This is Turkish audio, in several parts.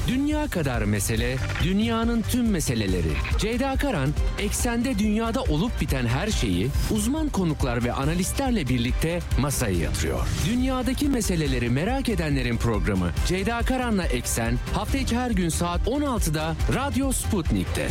Dünya kadar mesele, dünyanın tüm meseleleri. Ceyda Karan, eksende dünyada olup biten her şeyi uzman konuklar ve analistlerle birlikte masaya yatırıyor. Dünyadaki meseleleri merak edenlerin programı Ceyda Karan'la Eksen, hafta içi her gün saat 16'da Radyo Sputnik'te.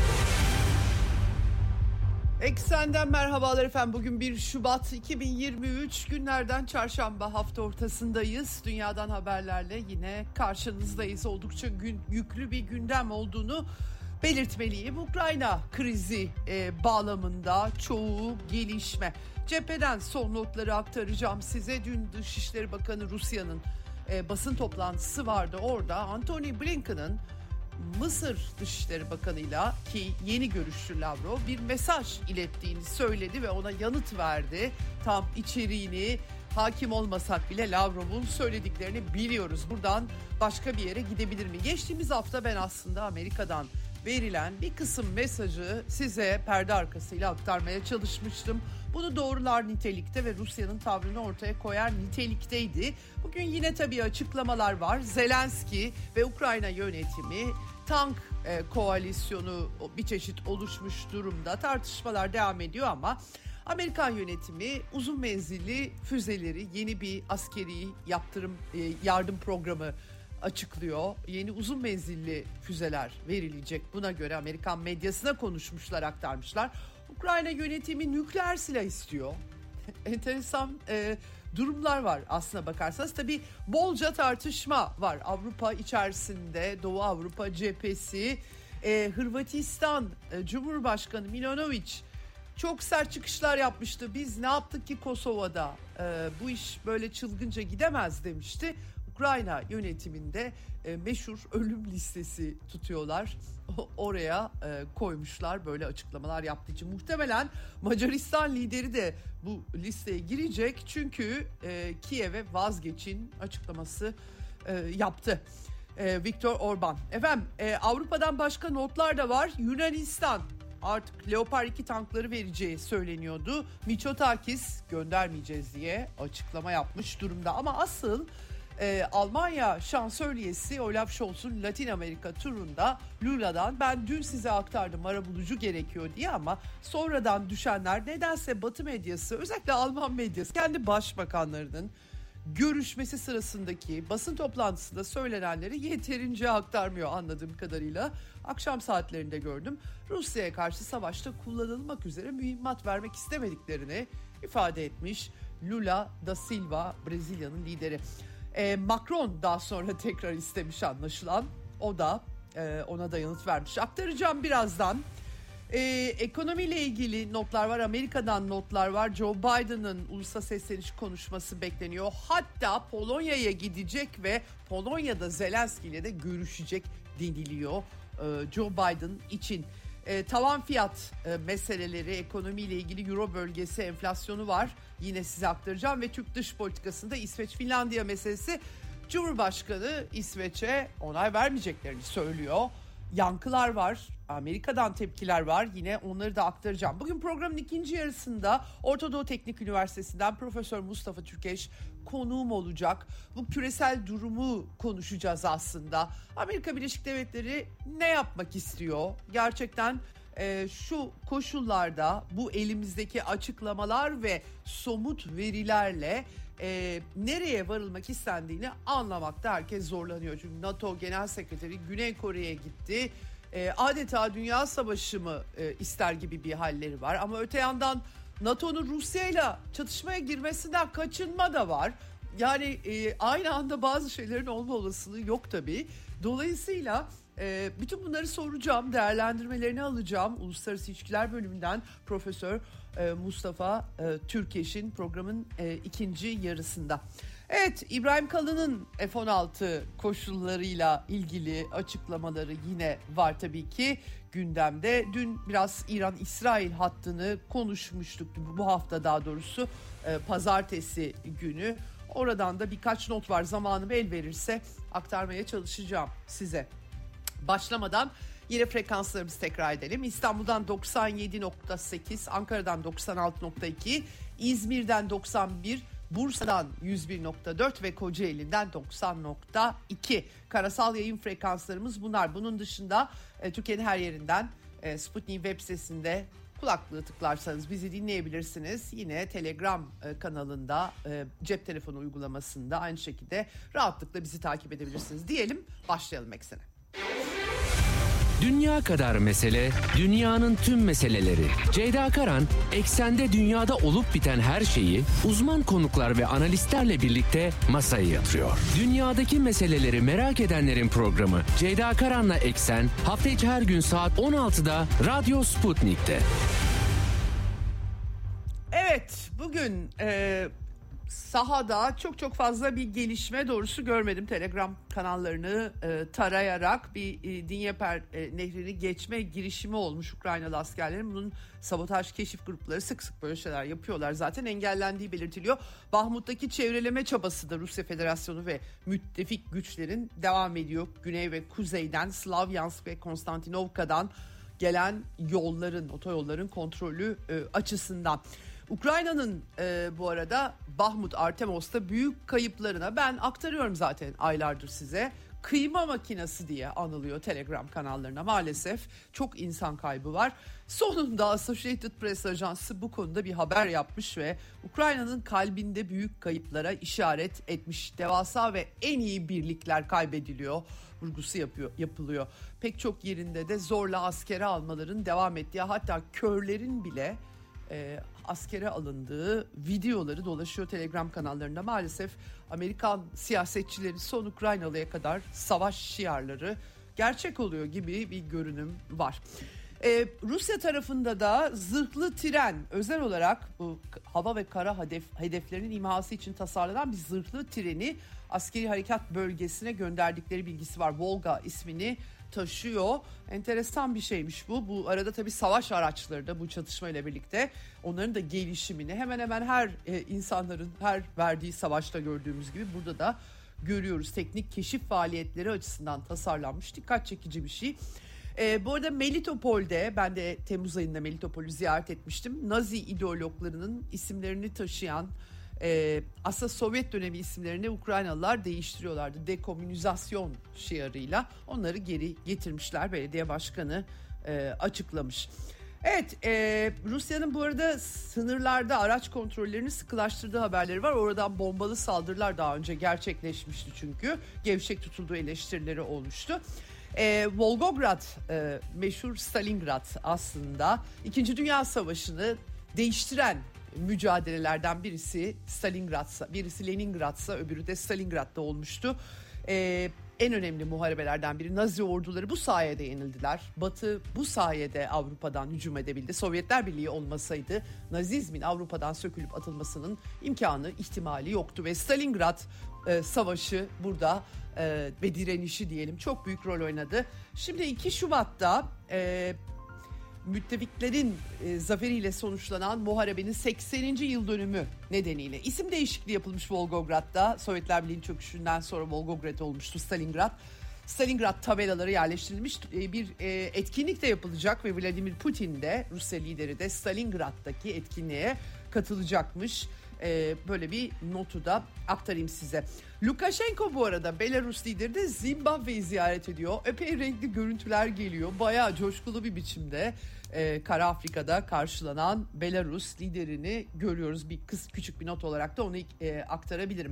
Eksen'den merhabalar efendim. Bugün 1 Şubat 2023 günlerden çarşamba, hafta ortasındayız. Dünyadan haberlerle yine karşınızdayız. Oldukça yüklü bir gündem olduğunu belirtmeliyim. Ukrayna krizi bağlamında çoğu gelişme. Cepheden son notları aktaracağım size. Dün Dışişleri Bakanı Rusya'nın basın toplantısı vardı. Orada Antony Blinken'ın Mısır Dışişleri Bakanı'yla, ki yeni görüştü Lavrov, bir mesaj ilettiğini söyledi ve ona yanıt verdi. Tam içeriğini hakim olmasak bile Lavrov'un söylediklerini biliyoruz. Buradan başka bir yere gidebilir mi? Geçtiğimiz hafta ben aslında Amerika'dan verilen bir kısım mesajı size perde arkasıyla aktarmaya çalışmıştım. Bunu doğrular nitelikte ve Rusya'nın tavrını ortaya koyar nitelikteydi. Bugün yine tabii açıklamalar var. Zelenski ve Ukrayna yönetimi tank koalisyonu bir çeşit oluşmuş durumda. Tartışmalar devam ediyor ama Amerikan yönetimi uzun menzilli füzeleri, yeni bir askeri yardım programı açıklıyor. Yeni uzun menzilli füzeler verilecek. Buna göre Amerikan medyasına konuşmuşlar, aktarmışlar. Ukrayna yönetimi nükleer silah istiyor. Enteresan durumlar var aslına bakarsanız. Tabii bolca tartışma var Avrupa içerisinde. Doğu Avrupa cephesi, Hırvatistan Cumhurbaşkanı Milanović çok sert çıkışlar yapmıştı. Biz ne yaptık ki Kosova'da? Bu iş böyle çılgınca gidemez demişti. Ukrayna yönetiminde meşhur ölüm listesi tutuyorlar. Oraya koymuşlar böyle açıklamalar yaptığı için. Muhtemelen Macaristan lideri de bu listeye girecek. Çünkü Kiev'e vazgeçin açıklaması yaptı Viktor Orban. Efendim Avrupa'dan başka notlar da var. Yunanistan artık Leopard 2 tankları vereceği söyleniyordu. Mitsotakis göndermeyeceğiz diye açıklama yapmış durumda. Ama asıl Almanya şansölyesi Olaf Scholz'un Latin Amerika turunda Lula'dan, ben dün size aktardım arabulucu gerekiyor diye, ama sonradan düşenler nedense Batı medyası, özellikle Alman medyası kendi başbakanlarının görüşmesi sırasındaki basın toplantısında söylenenleri yeterince aktarmıyor anladığım kadarıyla. Akşam saatlerinde gördüm. Rusya'ya karşı savaşta kullanılmak üzere mühimmat vermek istemediklerini ifade etmiş Lula da Silva, Brezilya'nın lideri. Macron daha sonra tekrar istemiş anlaşılan. O da ona da yanıt vermiş. Aktaracağım birazdan. Ekonomiyle ilgili notlar var. Amerika'dan notlar var. Joe Biden'ın ulusa sesleniş konuşması bekleniyor. Hatta Polonya'ya gidecek ve Polonya'da Zelenski ile de görüşecek deniliyor Joe Biden için. Tavan fiyat meseleleri, ekonomiyle ilgili Euro bölgesi enflasyonu var. Yine size aktaracağım ve Türk dış politikasında İsveç-Finlandiya meselesi. Cumhurbaşkanı İsveç'e onay vermeyeceklerini söylüyor. Yankılar var, Amerika'dan tepkiler var, yine onları da aktaracağım. Bugün programın ikinci yarısında Orta Doğu Teknik Üniversitesi'nden Profesör Mustafa Türkeş konuğum olacak. Bu küresel durumu konuşacağız aslında. Amerika Birleşik Devletleri ne yapmak istiyor? Gerçekten şu koşullarda bu elimizdeki açıklamalar ve somut verilerle nereye varılmak istendiğini anlamakta herkes zorlanıyor. Çünkü NATO Genel Sekreteri Güney Kore'ye gitti. Adeta dünya savaşı mı ister gibi bir halleri var. Ama öte yandan NATO'nun Rusya'yla çatışmaya girmesinden kaçınma da var. Yani aynı anda bazı şeylerin olma olasılığı yok tabii. Dolayısıyla bütün bunları soracağım, değerlendirmelerini alacağım. Uluslararası İlişkiler Bölümünden Profesör Mustafa Türkeş'in programın ikinci yarısında. Evet, İbrahim Kalın'ın F-16 koşullarıyla ilgili açıklamaları yine var tabii ki gündemde. Dün biraz İran-İsrail hattını konuşmuştuk, bu hafta daha doğrusu pazartesi günü. Oradan da birkaç not var, zamanım el verirse aktarmaya çalışacağım size. Başlamadan yine frekanslarımızı tekrar edelim. İstanbul'dan 97.8, Ankara'dan 96.2, İzmir'den 91, Bursa'dan 101.4 ve Kocaeli'den 90.2 karasal yayın frekanslarımız bunlar. Bunun dışında Türkiye'nin her yerinden Sputnik web sitesinde kulaklığı tıklarsanız bizi dinleyebilirsiniz. Yine Telegram kanalında, cep telefonu uygulamasında aynı şekilde rahatlıkla bizi takip edebilirsiniz. Diyelim, başlayalım Eksen'e. Dünya kadar mesele, dünyanın tüm meseleleri. Ceyda Karan, Eksen'de dünyada olup biten her şeyi uzman konuklar ve analistlerle birlikte masaya yatırıyor. Dünyadaki meseleleri merak edenlerin programı Ceyda Karan'la Eksen, hafta içi her gün saat 16'da Radyo Sputnik'te. Evet, bugün sahada çok fazla bir gelişme doğrusu görmedim. Telegram kanallarını tarayarak bir Dinyeper nehrini geçme girişimi olmuş Ukraynalı askerlerin. Bunun sabotaj keşif grupları sık sık böyle şeyler yapıyorlar. Zaten engellendiği belirtiliyor. Bahmut'taki çevreleme çabası da Rusya Federasyonu ve müttefik güçlerin devam ediyor. Güney ve kuzeyden Slavyansk ve Konstantinovka'dan gelen yolların, otoyolların kontrolü açısından. Ukrayna'nın bu arada Bahmut, Artemos'ta büyük kayıplarına ben aktarıyorum zaten aylardır size. Kıyma makinesi diye anılıyor Telegram kanallarına, maalesef çok insan kaybı var. Sonunda Associated Press ajansı bu konuda bir haber yapmış ve Ukrayna'nın kalbinde büyük kayıplara işaret etmiş. Devasa ve en iyi birlikler kaybediliyor vurgusu yapılıyor. Pek çok yerinde de zorla askere almaların devam ettiği, hatta körlerin bile askere alındığı videoları dolaşıyor Telegram kanallarında. Maalesef Amerikan siyasetçileri son Ukraynalı'ya kadar savaş şiarları gerçek oluyor gibi bir görünüm var. Rusya tarafında da zırhlı tren, özel olarak bu hava ve kara hedeflerinin imhası için tasarlanan bir zırhlı treni askeri harekat bölgesine gönderdikleri bilgisi var. Volga ismini taşıyor. Enteresan bir şeymiş bu. Bu arada tabii savaş araçları da bu çatışmayla birlikte onların da gelişimini hemen hemen her insanların her verdiği savaşta gördüğümüz gibi burada da görüyoruz. Teknik keşif faaliyetleri açısından tasarlanmış, dikkat çekici bir şey. Bu arada Melitopol'de, ben de Temmuz ayında Melitopol'ü ziyaret etmiştim. Nazi ideologlarının isimlerini taşıyan, aslında Sovyet dönemi isimlerini Ukraynalılar değiştiriyorlardı. Dekomünizasyon şiarıyla onları geri getirmişler. Belediye başkanı açıklamış. Evet, Rusya'nın bu arada sınırlarda araç kontrollerini sıkılaştırdığı haberleri var. Oradan bombalı saldırılar daha önce gerçekleşmişti çünkü. Gevşek tutulduğu eleştirileri olmuştu. Volgograd, meşhur Stalingrad aslında 2. Dünya Savaşı'nı değiştiren mücadelelerden birisi Stalingrad'sa, birisi Leningrad'sa öbürü de Stalingrad'da olmuştu. En önemli muharebelerden biri. Nazi orduları bu sayede yenildiler. Batı bu sayede Avrupa'dan hücum edebildi. Sovyetler Birliği olmasaydı Nazizmin Avrupa'dan sökülüp atılmasının imkanı, ihtimali yoktu ve Stalingrad savaşı burada ve direnişi diyelim çok büyük rol oynadı. Şimdi 2 Şubat'ta müttefiklerin zaferiyle sonuçlanan muharebenin 80. yıl dönümü nedeniyle isim değişikliği yapılmış Volgograd'da. Sovyetler Birliği'nin çöküşünden sonra Volgograd olmuştu Stalingrad. Stalingrad tabelaları yerleştirilmiş, bir etkinlik de yapılacak ve Vladimir Putin de, Rusya lideri de Stalingrad'daki etkinliğe katılacakmış. Böyle bir notu da aktarayım size. Lukashenko bu arada, Belarus lideri de Zimbabwe'yi ziyaret ediyor. Epey renkli görüntüler geliyor. Bayağı coşkulu bir biçimde Kara Afrika'da karşılanan Belarus liderini görüyoruz. Küçük bir not olarak da onu aktarabilirim.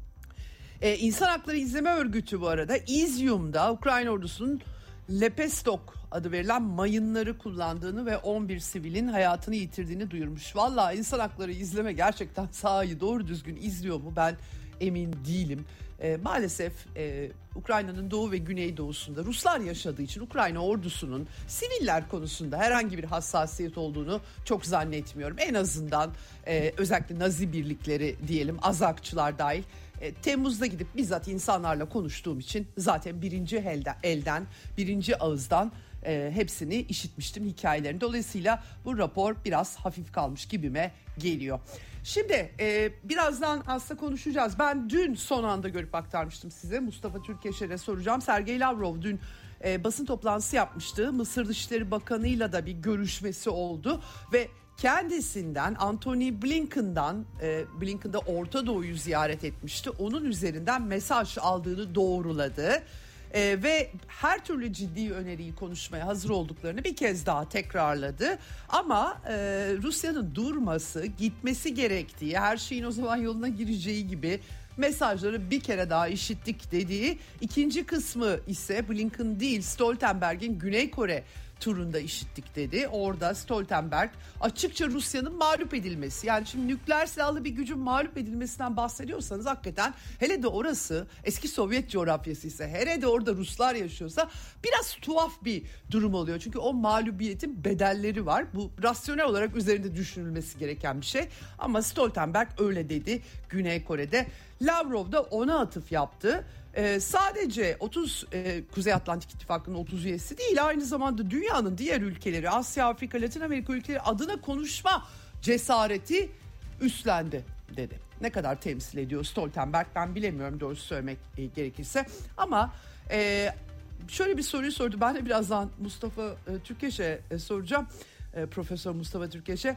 İnsan Hakları İzleme Örgütü bu arada İzyum'da Ukrayna ordusunun Lepestok adı verilen mayınları kullandığını ve 11 sivilin hayatını yitirdiğini duyurmuş. Vallahi insan hakları izleme gerçekten sahayı doğru düzgün izliyor mu ben emin değilim. Maalesef Ukrayna'nın doğu ve güneydoğusunda Ruslar yaşadığı için Ukrayna ordusunun siviller konusunda herhangi bir hassasiyet olduğunu çok zannetmiyorum. En azından özellikle Nazi birlikleri diyelim, Azakçılar dahil. Temmuz'da gidip bizzat insanlarla konuştuğum için zaten birinci ağızdan hepsini işitmiştim, hikayelerini. Dolayısıyla bu rapor biraz hafif kalmış gibime geliyor. Şimdi birazdan aslında konuşacağız. Ben dün son anda görüp aktarmıştım size. Mustafa Türkeşer'e soracağım. Sergey Lavrov dün basın toplantısı yapmıştı. Mısır Dışişleri Bakanı'yla da bir görüşmesi oldu ve kendisinden Antony Blinken'dan Blinken'da Orta Doğu'yu ziyaret etmişti. Onun üzerinden mesaj aldığını doğruladı. Ve her türlü ciddi öneriyi konuşmaya hazır olduklarını bir kez daha tekrarladı. Ama Rusya'nın durması, gitmesi gerektiği, her şeyin o zaman yoluna gireceği gibi mesajları bir kere daha işittik dediği, ikinci kısmı ise Blinken değil Stoltenberg'in Güney Kore turunda işittik dedi. Orada Stoltenberg açıkça Rusya'nın mağlup edilmesi, yani şimdi nükleer silahlı bir gücün mağlup edilmesinden bahsediyorsanız hakikaten, hele de orası eski Sovyet coğrafyası ise, hele de orada Ruslar yaşıyorsa biraz tuhaf bir durum oluyor. Çünkü o mağlubiyetin bedelleri var. Bu rasyonel olarak üzerinde düşünülmesi gereken bir şey. Ama Stoltenberg öyle dedi Güney Kore'de. Lavrov da ona atıf yaptı. Sadece Kuzey Atlantik İttifakı'nın 30 üyesi değil, aynı zamanda dünyanın diğer ülkeleri, Asya, Afrika, Latin Amerika ülkeleri adına konuşma cesareti üstlendi dedi. Ne kadar temsil ediyor Stoltenberg ben bilemiyorum doğrusu söylemek gerekirse. Ama şöyle bir soruyu sordu. Ben de birazdan Mustafa Türkeş'e soracağım. Profesör Mustafa Türkeş'e.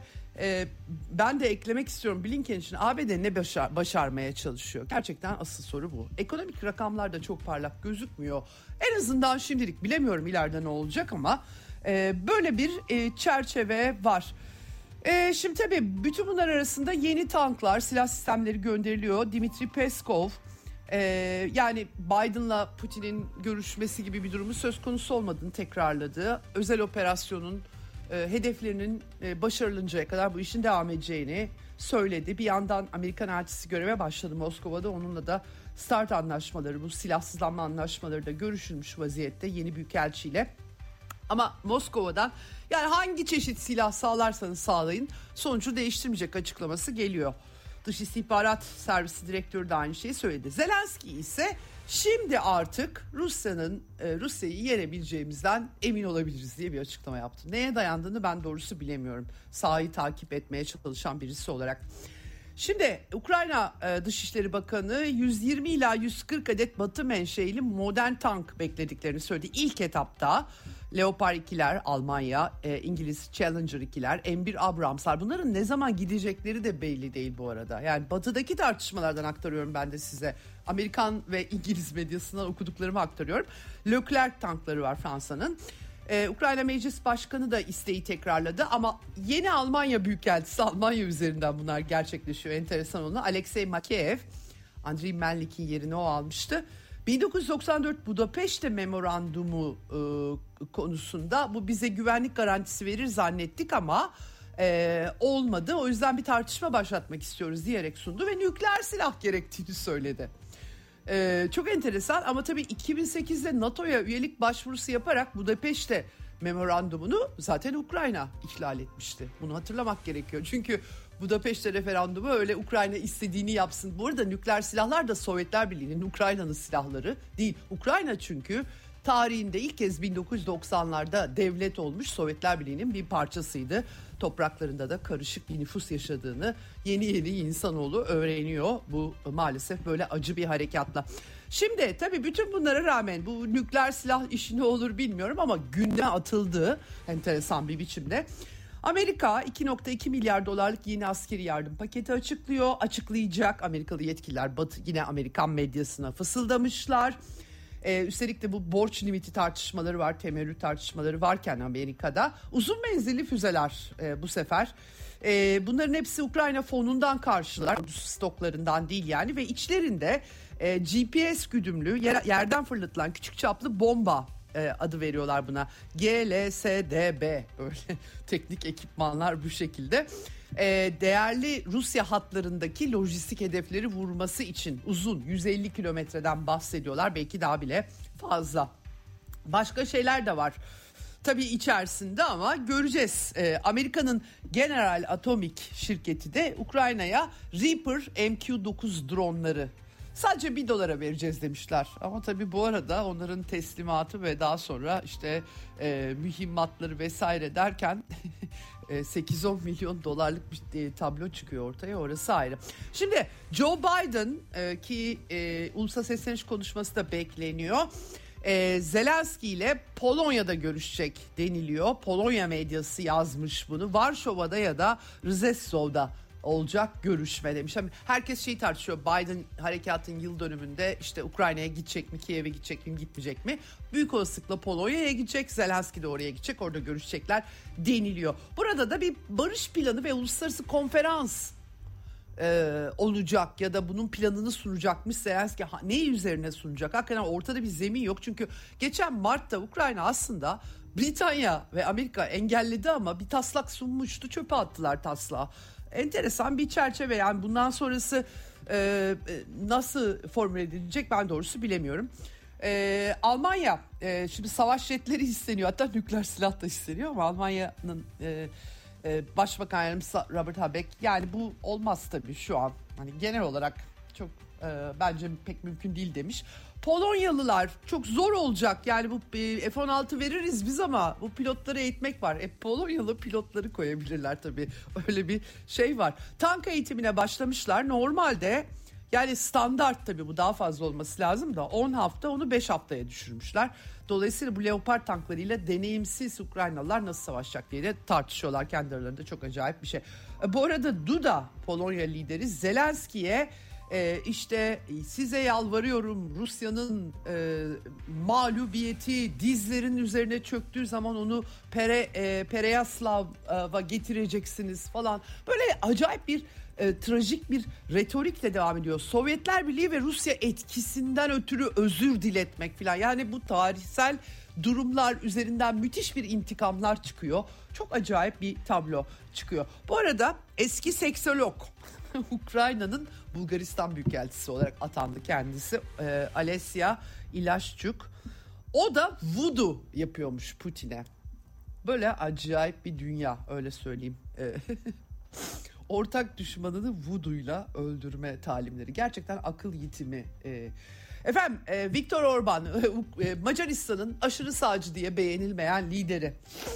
Ben de eklemek istiyorum, Blinken için ABD ne başarmaya çalışıyor? Gerçekten asıl soru bu. Ekonomik rakamlar da çok parlak gözükmüyor. En azından şimdilik, bilemiyorum ileride ne olacak ama böyle bir çerçeve var. Şimdi tabii bütün bunlar arasında yeni tanklar, silah sistemleri gönderiliyor. Dimitri Peskov yani Biden'la Putin'in görüşmesi gibi bir durumu söz konusu olmadığını tekrarladı. Özel operasyonun hedeflerinin başarılıncaya kadar bu işin devam edeceğini söyledi. Bir yandan Amerikan elçisi göreve başladı Moskova'da. Onunla da START anlaşmaları, bu silahsızlanma anlaşmaları da görüşülmüş vaziyette yeni büyükelçiyle. Ama Moskova'dan yani hangi çeşit silah sağlarsanız sağlayın sonucu değiştirmeyecek açıklaması geliyor. Dış İstihbarat Servisi Direktörü de aynı şeyi söyledi. Zelenski ise şimdi artık Rusya'yı yenebileceğimizden emin olabiliriz diye bir açıklama yaptı. Neye dayandığını ben doğrusu bilemiyorum. Sahayı takip etmeye çalışan birisi olarak. Şimdi Ukrayna Dışişleri Bakanı 120 ila 140 adet Batı menşeili modern tank beklediklerini söyledi. İlk etapta Leopard 2'ler Almanya, İngiliz Challenger 2'ler, M1 Abrams'lar, bunların ne zaman gidecekleri de belli değil bu arada. Yani batıdaki tartışmalardan aktarıyorum ben de size. Amerikan ve İngiliz medyasından okuduklarımı aktarıyorum. Leclerc tankları var Fransa'nın. Ukrayna Meclis Başkanı da isteği tekrarladı ama yeni Almanya Büyükelçisi, Almanya üzerinden bunlar gerçekleşiyor. Enteresan olan Alexey Makeyev, Andriy Melnik'in yerini o almıştı. 1994 Budapeşte Memorandumu konusunda bu bize güvenlik garantisi verir zannettik ama olmadı. O yüzden bir tartışma başlatmak istiyoruz diyerek sundu ve nükleer silah gerektiğini söyledi. Çok enteresan ama tabii 2008'de NATO'ya üyelik başvurusu yaparak Budapeşte Memorandumunu zaten Ukrayna ihlal etmişti. Bunu hatırlamak gerekiyor. Çünkü Budapeşte referandumu öyle Ukrayna istediğini yapsın. Bu arada nükleer silahlar da Sovyetler Birliği'nin, Ukrayna'nın silahları değil. Ukrayna çünkü tarihinde ilk kez 1990'larda devlet olmuş, Sovyetler Birliği'nin bir parçasıydı. Topraklarında da karışık bir nüfus yaşadığını yeni insanoğlu öğreniyor. Bu maalesef böyle acı bir harekatla. Şimdi tabii bütün bunlara rağmen bu nükleer silah işi ne olur bilmiyorum ama gündeme atıldığı enteresan bir biçimde. Amerika 2.2 milyar dolarlık yeni askeri yardım paketi açıklayacak. Amerikalı yetkililer yine Amerikan medyasına fısıldamışlar. Üstelik de bu borç limiti tartışmaları var, temerrüt tartışmaları varken Amerika'da uzun menzilli füzeler bu sefer. Bunların hepsi Ukrayna fonundan karşılar, stoklarından değil yani, ve içlerinde GPS güdümlü yerden fırlatılan küçük çaplı bomba adı veriyorlar buna. GLSDB, böyle teknik ekipmanlar bu şekilde. Değerli Rusya hatlarındaki lojistik hedefleri vurması için uzun 150 kilometreden bahsediyorlar, belki daha bile fazla. Başka şeyler de var tabii içerisinde ama göreceğiz. Amerika'nın General Atomic şirketi de Ukrayna'ya Reaper MQ-9 dronları sadece $1 vereceğiz demişler. Ama tabii bu arada onların teslimatı ve daha sonra işte mühimmatları vesaire derken 8-10 milyon dolarlık bir tablo çıkıyor ortaya, orası ayrı. Şimdi Joe Biden ki ulusal sesleniş konuşması da bekleniyor. Zelenski ile Polonya'da görüşecek deniliyor. Polonya medyası yazmış bunu. Varşova'da ya da Rzeszow'da olacak görüşme demiş. Herkes şeyi tartışıyor. Biden harekatın yıl dönümünde işte Ukrayna'ya gidecek mi, Kiev'e gidecek mi, gitmeyecek mi? Büyük olasılıkla Polonya'ya gidecek. Zelenski de oraya gidecek. Orada görüşecekler deniliyor. Burada da bir barış planı ve uluslararası konferans olacak ya da bunun planını sunacakmış Zelenski. Ne üzerine sunacak? Hakikaten ortada bir zemin yok. Çünkü geçen Mart'ta Ukrayna aslında Britanya ve Amerika engelledi ama bir taslak sunmuştu. Çöpe attılar taslağı. Enteresan bir çerçeve, yani bundan sonrası nasıl formüle edilecek ben doğrusu bilemiyorum. Almanya şimdi savaş jetleri isteniyor, hatta nükleer silah da isteniyor ama Almanya'nın Başbakan Yardımcısı Robert Habeck, yani bu olmaz tabii şu an, hani genel olarak çok bence pek mümkün değil demiş. Polonyalılar çok zor olacak, yani bu F-16 veririz biz ama bu pilotları eğitmek var. Polonyalı pilotları koyabilirler tabii, öyle bir şey var. Tank eğitimine başlamışlar normalde, yani standart tabii bu daha fazla olması lazım da 10 hafta, onu 5 haftaya düşürmüşler. Dolayısıyla bu Leopard tanklarıyla deneyimsiz Ukraynalılar nasıl savaşacak diye de tartışıyorlar kendi aralarında, çok acayip bir şey. Bu arada Duda, Polonya lideri, Zelenski'ye işte size yalvarıyorum, Rusya'nın mağlubiyeti dizlerin üzerine çöktüğü zaman onu Pereyaslav'a getireceksiniz falan. Böyle acayip bir trajik bir retorikle devam ediyor. Sovyetler Birliği ve Rusya etkisinden ötürü özür diletmek falan. Yani bu tarihsel durumlar üzerinden müthiş bir intikamlar çıkıyor. Çok acayip bir tablo çıkıyor. Bu arada eski seksolog, Ukrayna'nın Bulgaristan Büyükelçisi olarak atandı kendisi, Alesya İlaşçuk. O da voodoo yapıyormuş Putin'e. Böyle acayip bir dünya, öyle söyleyeyim. Ortak düşmanını voodoo'yla öldürme talimleri. Gerçekten akıl yitimi. Efendim Viktor Orban, Macaristan'ın aşırı sağcı diye beğenilmeyen lideri.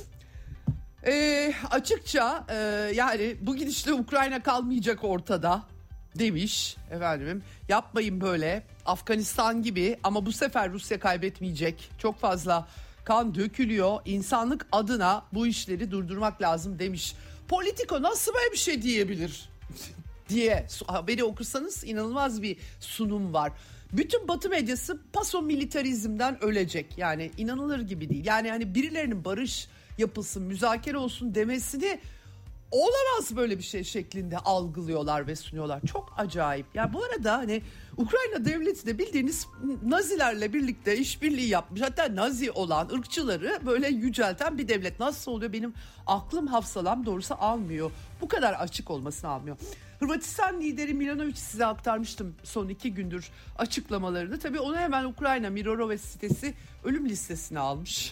Açıkça yani bu gidişle Ukrayna kalmayacak ortada demiş efendim. Yapmayın böyle, Afganistan gibi, ama bu sefer Rusya kaybetmeyecek. Çok fazla kan dökülüyor. İnsanlık adına bu işleri durdurmak lazım demiş. Politico nasıl böyle bir şey diyebilir diye haberi okursanız inanılmaz bir sunum var. Bütün Batı medyası pasomilitarizmden ölecek. Yani inanılır gibi değil. Yani hani birilerinin barış yapılsın, müzakere olsun demesini olamaz böyle bir şey şeklinde algılıyorlar ve sunuyorlar. Çok acayip. Ya bu arada hani Ukrayna devleti de bildiğiniz Nazilerle birlikte işbirliği yapmış. Hatta Nazi olan ırkçıları böyle yücelten bir devlet. Nasıl oluyor, benim aklım hafsalam doğrusu almıyor. Bu kadar açık olmasını almıyor. Hırvatistan lideri Milanovic, size aktarmıştım son 2 gündür açıklamalarını. Tabii onu hemen Ukrayna Mirorove sitesi ölüm listesine almış.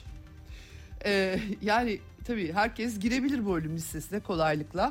Yani tabii herkes girebilir bu ölüm listesine kolaylıkla.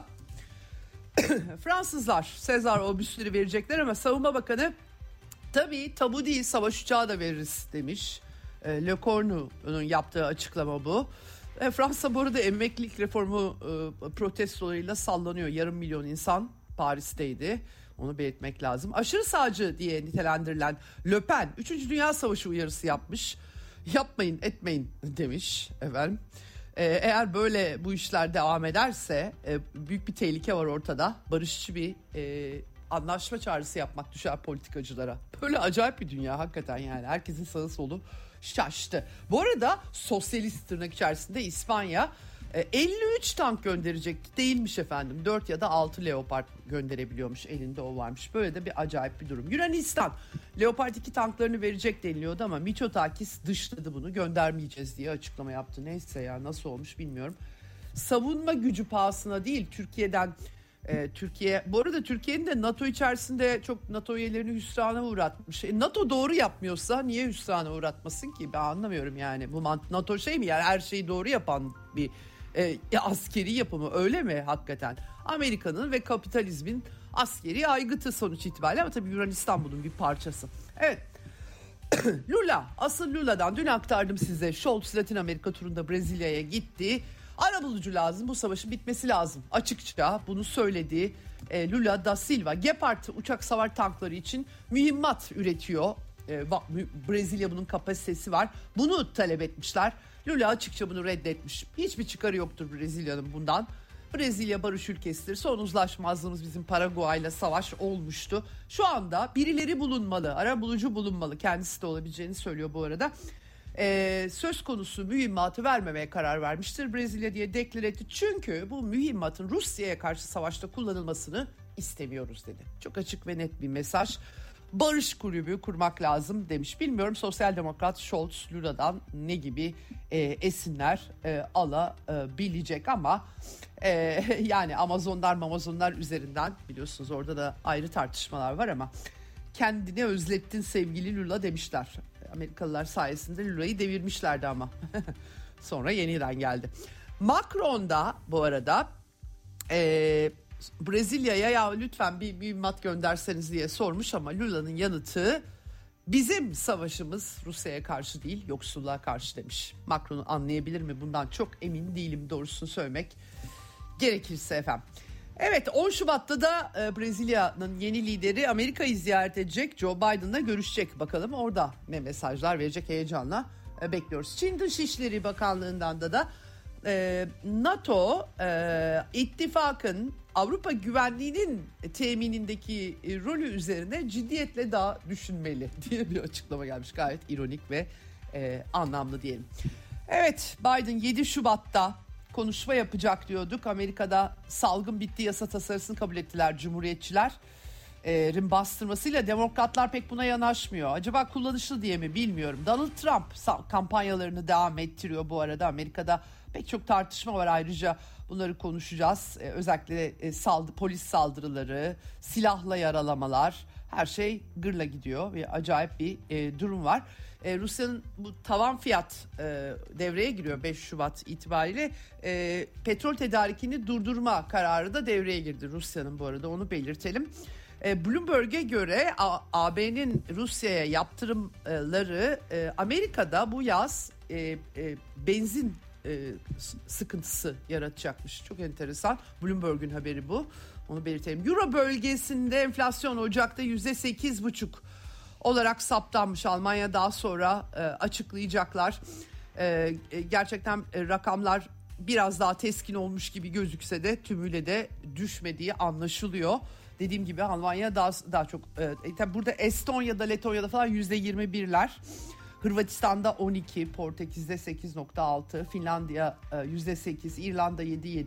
Fransızlar Sezar obüsleri verecekler ama Savunma Bakanı tabii tabu değil, savaş uçağı da veririz demiş. Le Cornu'nun yaptığı açıklama bu. Fransa bu arada emeklilik reformu protestolarıyla sallanıyor. 500.000 insan Paris'teydi. Onu belirtmek lazım. Aşırı sağcı diye nitelendirilen Le Pen 3. Dünya Savaşı uyarısı yapmış. Yapmayın etmeyin demiş efendim. Eğer böyle bu işler devam ederse büyük bir tehlike var ortada. Barışçı bir anlaşma çağrısı yapmak düşer politikacılara. Böyle acayip bir dünya hakikaten, yani herkesin sağı solu şaştı. Bu arada sosyalist tırnak içerisinde İspanya 53 tank gönderecek değilmiş efendim. 4 ya da 6 Leopard gönderebiliyormuş, elinde o varmış. Böyle de bir acayip bir durum. Yunanistan Leopard 2 tanklarını verecek deniliyordu ama Mitsotakis dışladı, bunu göndermeyeceğiz diye açıklama yaptı. Neyse ya, nasıl olmuş bilmiyorum. Savunma gücü pahasına değil, Türkiye'den Türkiye, bu arada Türkiye'nin de NATO içerisinde çok NATO üyelerini hüsrana uğratmış. NATO doğru yapmıyorsa niye hüsrana uğratmasın ki? Ben anlamıyorum yani. Bu NATO şey mi yani, her şeyi doğru yapan bir askeri yapımı, öyle mi hakikaten? Amerika'nın ve kapitalizmin askeri aygıtı sonuç itibariyle, ama tabii Yunanistan bunun bir parçası. Evet. Lula, asıl Lula'dan dün aktardım size. Scholz Latin Amerika turunda Brezilya'ya gitti. Arabulucu lazım, bu savaşın bitmesi lazım. Açıkça bunu söyledi Lula da Silva. Gepard uçak savar tankları için mühimmat üretiyor. Brezilya bunun kapasitesi var. Bunu talep etmişler. Lula açıkça bunu reddetmiş. Hiçbir çıkarı yoktur Brezilya'nın bundan. Brezilya barış ülkesidir. Son uzlaşmazlığımız bizim Paraguay'la savaş olmuştu. Şu anda birileri bulunmalı, arabulucu bulunmalı. Kendisi de olabileceğini söylüyor bu arada. Söz konusu mühimmatı vermemeye karar vermiştir Brezilya diye deklar etti. Çünkü bu mühimmatın Rusya'ya karşı savaşta kullanılmasını istemiyoruz dedi. Çok açık ve net bir mesaj. Barış kulübü kurmak lazım demiş. Bilmiyorum Sosyal Demokrat Scholz Lula'dan ne gibi esinler alabilecek ama yani Amazonlar üzerinden biliyorsunuz orada da ayrı tartışmalar var ama kendini özlettin sevgili Lula demişler. Amerikalılar sayesinde Lula'yı devirmişlerdi ama sonra yeniden geldi. Macron da bu arada Brezilya'ya ya lütfen bir mühimmat gönderseniz diye sormuş ama Lula'nın yanıtı bizim savaşımız Rusya'ya karşı değil yoksulluğa karşı demiş. Macron'u anlayabilir mi? Bundan çok emin değilim doğrusunu söylemek gerekirse efendim. Evet 10 Şubat'ta da Brezilya'nın yeni lideri Amerika'yı ziyaret edecek. Joe Biden'la görüşecek. Bakalım orada ne mesajlar verecek heyecanla bekliyoruz. Çin Dışişleri Bakanlığı'ndan da NATO ittifakın Avrupa güvenliğinin teminindeki rolü üzerine ciddiyetle daha düşünmeli diye bir açıklama gelmiş. Gayet ironik ve anlamlı diyelim. Evet Biden 7 Şubat'ta konuşma yapacak diyorduk. Amerika'da salgın bitti yasa tasarısını kabul ettiler Cumhuriyetçiler. Bastırmasıyla demokratlar pek buna yanaşmıyor. Acaba kullanışlı diye mi bilmiyorum. Donald Trump kampanyalarını devam ettiriyor bu arada. Amerika'da pek çok tartışma var ayrıca bunları konuşacağız. Özellikle polis saldırıları, silahla yaralamalar her şey gırla gidiyor ve acayip bir durum var. Rusya'nın bu tavan fiyat devreye giriyor 5 Şubat itibariyle. Petrol tedarikini durdurma kararı da devreye girdi Rusya'nın bu arada onu belirtelim. Bloomberg'e göre AB'nin Rusya'ya yaptırımları Amerika'da bu yaz benzin sıkıntısı yaratacakmış. Çok enteresan. Bloomberg'ün haberi bu. Onu belirtelim. Euro bölgesinde enflasyon Ocak'ta %8,5 olarak saptanmış. Almanya daha sonra açıklayacaklar. Gerçekten rakamlar biraz daha teskin olmuş gibi gözükse de tümüyle de düşmediği anlaşılıyor. Dediğim gibi Almanya daha çok tabi burada Estonya'da Letonya'da falan %21'ler. Hırvatistan'da 12, Portekiz'de 8,6, Finlandiya %8, İrlanda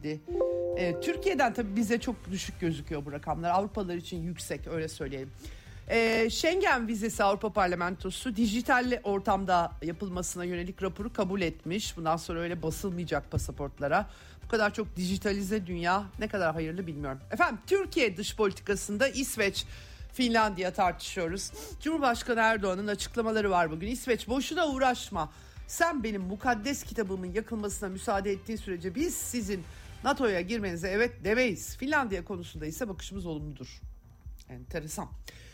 7,7. Türkiye'den tabii bize çok düşük gözüküyor bu rakamlar. Avrupalılar için yüksek öyle söyleyelim. Schengen vizesi Avrupa Parlamentosu dijital ortamda yapılmasına yönelik raporu kabul etmiş. Bundan sonra öyle basılmayacak pasaportlara. Bu kadar çok dijitalize dünya ne kadar hayırlı bilmiyorum. Efendim Türkiye dış politikasında İsveç, Finlandiya tartışıyoruz. Cumhurbaşkanı Erdoğan'ın açıklamaları var bugün. İsveç boşuna uğraşma. Sen benim mukaddes kitabımın yakılmasına müsaade ettiğin sürece biz sizin NATO'ya girmenize evet demeyiz. Finlandiya konusunda ise bakışımız olumludur. Enteresan.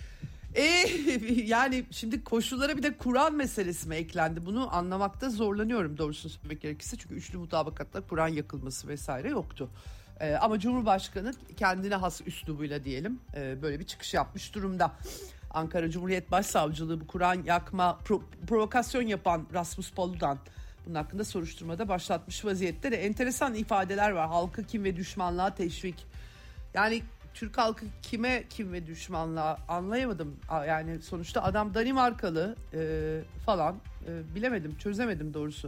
Yani şimdi koşullara bir de Kur'an meselesi mi eklendi? Bunu anlamakta zorlanıyorum doğrusunu söylemek gerekirse. Çünkü üçlü mutabakatta Kur'an yakılması vesaire yoktu. Ama Cumhurbaşkanı kendine has üslubuyla diyelim böyle bir çıkış yapmış durumda. Ankara Cumhuriyet Başsavcılığı bu Kur'an yakma provokasyon yapan Rasmus Paludan bunun hakkında soruşturmada başlatmış vaziyette de enteresan ifadeler var. Halkı kim ve düşmanlığa teşvik. Yani Türk halkı kime kim ve düşmanlığa anlayamadım. Yani sonuçta adam Danimarkalı falan bilemedim çözemedim doğrusu.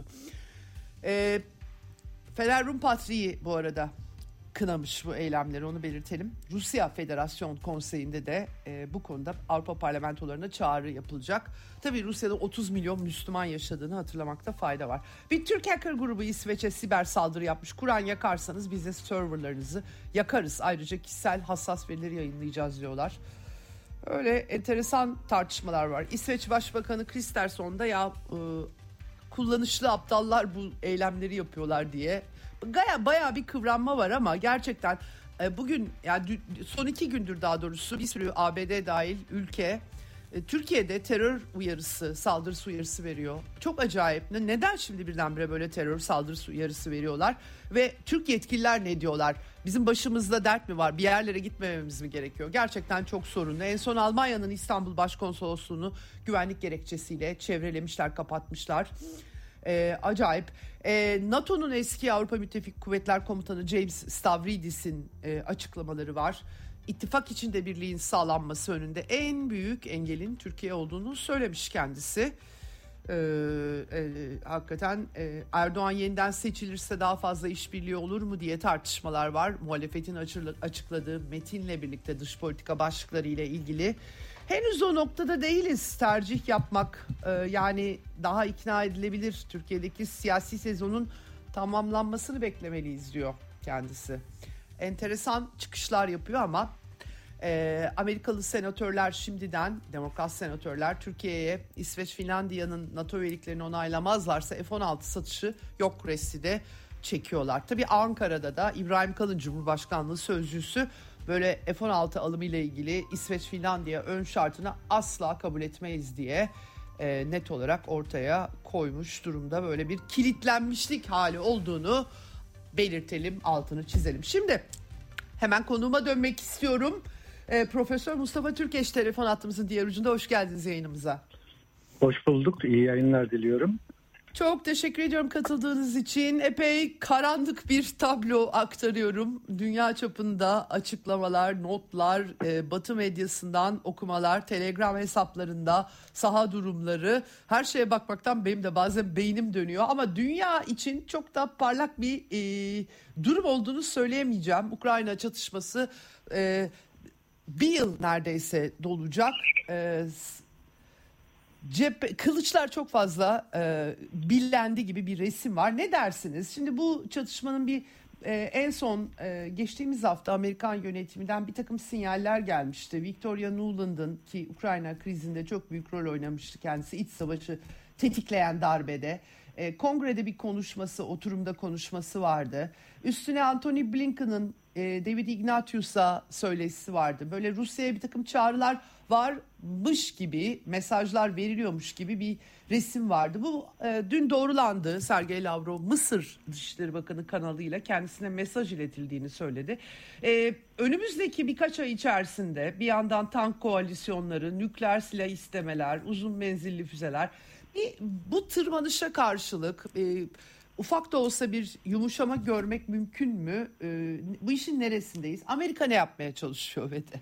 Feder Rum Patriği bu arada kınamış bu eylemleri onu belirtelim. Rusya Federasyon Konseyi'nde de bu konuda Avrupa parlamentolarına çağrı yapılacak. Tabii Rusya'da 30 milyon Müslüman yaşadığını hatırlamakta fayda var. Bir Türk hacker grubu İsveç'e siber saldırı yapmış. Kur'an yakarsanız biz de serverlarınızı yakarız. Ayrıca kişisel hassas verileri yayınlayacağız diyorlar. Öyle enteresan tartışmalar var. İsveç Başbakanı Kristersson da ya kullanışlı aptallar bu eylemleri yapıyorlar diye bayağı bir kıvranma var ama gerçekten bugün yani son 2 gündür daha doğrusu bir sürü ABD dahil ülke Türkiye'de terör uyarısı, saldırısı uyarısı veriyor. Çok acayip. Neden şimdi birdenbire böyle terör saldırısı uyarısı veriyorlar? Ve Türk yetkililer ne diyorlar? Bizim başımızda dert mi var? Bir yerlere gitmememiz mi gerekiyor? Gerçekten çok sorunlu. En son Almanya'nın İstanbul Başkonsolosluğunu güvenlik gerekçesiyle çevrelemişler, kapatmışlar. Acayip. NATO'nun eski Avrupa Müttefik Kuvvetler Komutanı James Stavridis'in açıklamaları var. İttifak içinde birliğin sağlanması önünde en büyük engelin Türkiye olduğunu söylemiş kendisi. Hakikaten Erdoğan yeniden seçilirse daha fazla işbirliği olur mu diye tartışmalar var. Muhalefetin açıkladığı metinle birlikte dış politika başlıkları ile ilgili. Henüz o noktada değiliz. Tercih yapmak yani daha ikna edilebilir. Türkiye'deki siyasi sezonun tamamlanmasını beklemeliyiz diyor kendisi. Enteresan çıkışlar yapıyor ama Amerikalı senatörler şimdiden, demokrat senatörler Türkiye'ye İsveç, Finlandiya'nın NATO üyeliklerini onaylamazlarsa F-16 satışı yok resti de çekiyorlar. Tabii Ankara'da da İbrahim Kalın Cumhurbaşkanlığı sözcüsü böyle F-16 alımı ile ilgili İsveç, Finlandiya ön şartını asla kabul etmeyiz diye net olarak ortaya koymuş durumda. Böyle bir kilitlenmişlik hali olduğunu belirtelim, altını çizelim. Şimdi hemen konuğuma dönmek istiyorum. Profesör Mustafa Türkeş telefon hattımızın diğer ucunda. Hoş geldiniz yayınımıza. Hoş bulduk. İyi yayınlar diliyorum. Çok teşekkür ediyorum katıldığınız için. Epey karanlık bir tablo aktarıyorum. Dünya çapında açıklamalar, notlar, Batı medyasından okumalar, Telegram hesaplarında saha durumları, her şeye bakmaktan benim de bazen beynim dönüyor. Ama dünya için çok da parlak bir durum olduğunu söyleyemeyeceğim. Ukrayna çatışması bir yıl neredeyse dolacak. Kılıçlar çok fazla billendi gibi bir resim var. Ne dersiniz? Şimdi bu çatışmanın bir en son geçtiğimiz hafta Amerikan yönetiminden bir takım sinyaller gelmişti. Victoria Nuland'ın, ki Ukrayna krizinde çok büyük rol oynamıştı kendisi, iç savaşı tetikleyen darbede. Kongrede bir konuşması, oturumda konuşması vardı. Üstüne Antony Blinken'ın David Ignatius'a söyleşisi vardı. Böyle Rusya'ya bir takım çağrılar varmış gibi, mesajlar veriliyormuş gibi bir resim vardı. Bu dün doğrulandı. Sergey Lavrov Mısır Dışişleri Bakanı kanalıyla kendisine mesaj iletildiğini söyledi. Önümüzdeki birkaç ay içerisinde bir yandan tank koalisyonları, nükleer silah istemeler, uzun menzilli füzeler, bu tırmanışa karşılık ufak da olsa bir yumuşama görmek mümkün mü? Bu işin neresindeyiz? Amerika ne yapmaya çalışıyor ve de?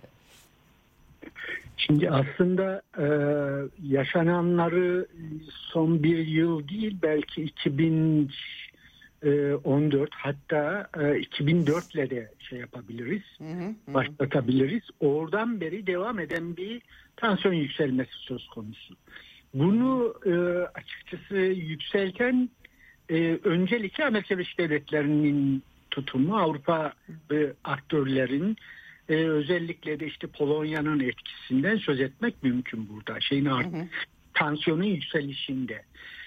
Şimdi aslında yaşananları son bir yıl değil, belki 2014 hatta 2004'le de şey yapabiliriz, başlatabiliriz. Oradan beri devam eden bir tansiyon yükselmesi söz konusu. Bunu açıkçası yükselten öncelikle Amerika Birleşik Devletleri'nin tutumu, Avrupa aktörlerin, özellikle de işte Polonya'nın etkisinden söz etmek mümkün burada. Tansiyonun yükselişinde.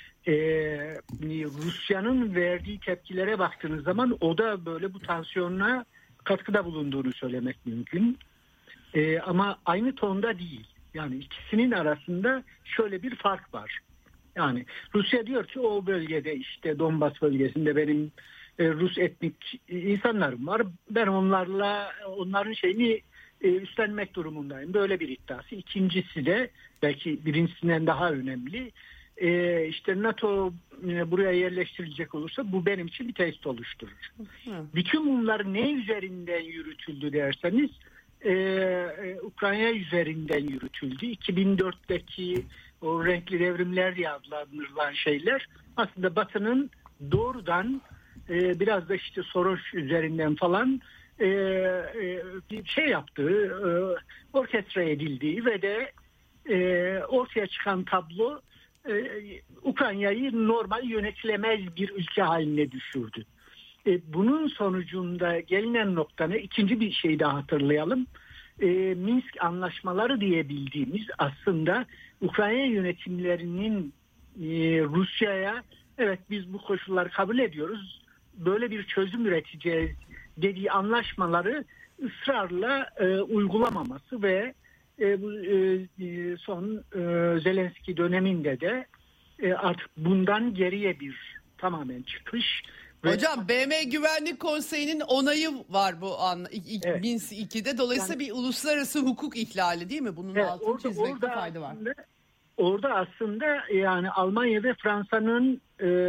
Rusya'nın verdiği tepkilere baktığınız zaman o da böyle bu tansiyona katkıda bulunduğunu söylemek mümkün. Ama aynı tonda değil. Yani ikisinin arasında şöyle bir fark var. Yani Rusya diyor ki o bölgede, işte Donbas bölgesinde benim Rus etnik insanlarım var. Ben onların şeyini üstlenmek durumundayım. Böyle bir iddiası. İkincisi de belki birincisinden daha önemli. İşte NATO buraya yerleştirilecek olursa bu benim için bir tehdit oluşturur. Bütün bunlar ne üzerinden yürütüldü derseniz Ukrayna üzerinden yürütüldü. 2004'teki o renkli devrimler diye adlandırılan şeyler aslında Batı'nın doğrudan biraz da işte Soros üzerinden falan bir şey yaptığı, orkestra edildiği ve de ortaya çıkan tablo Ukrayna'yı normal yönetilemez bir ülke haline düşürdü. Bunun sonucunda gelinen noktada ikinci bir şey daha hatırlayalım. Minsk anlaşmaları diye bildiğimiz aslında Ukrayna yönetimlerinin Rusya'ya evet biz bu koşulları kabul ediyoruz, böyle bir çözüm üreteceğiz dediği anlaşmaları ısrarla uygulamaması ve bu son Zelenski döneminde de artık bundan geriye bir tamamen çıkış. Hocam BM Güvenlik Konseyi'nin onayı var bu an Evet. 2002'de. Dolayısıyla bir uluslararası hukuk ihlali değil mi? Bunun altını çizmekte fayda var. Orada aslında yani Almanya ve Fransa'nın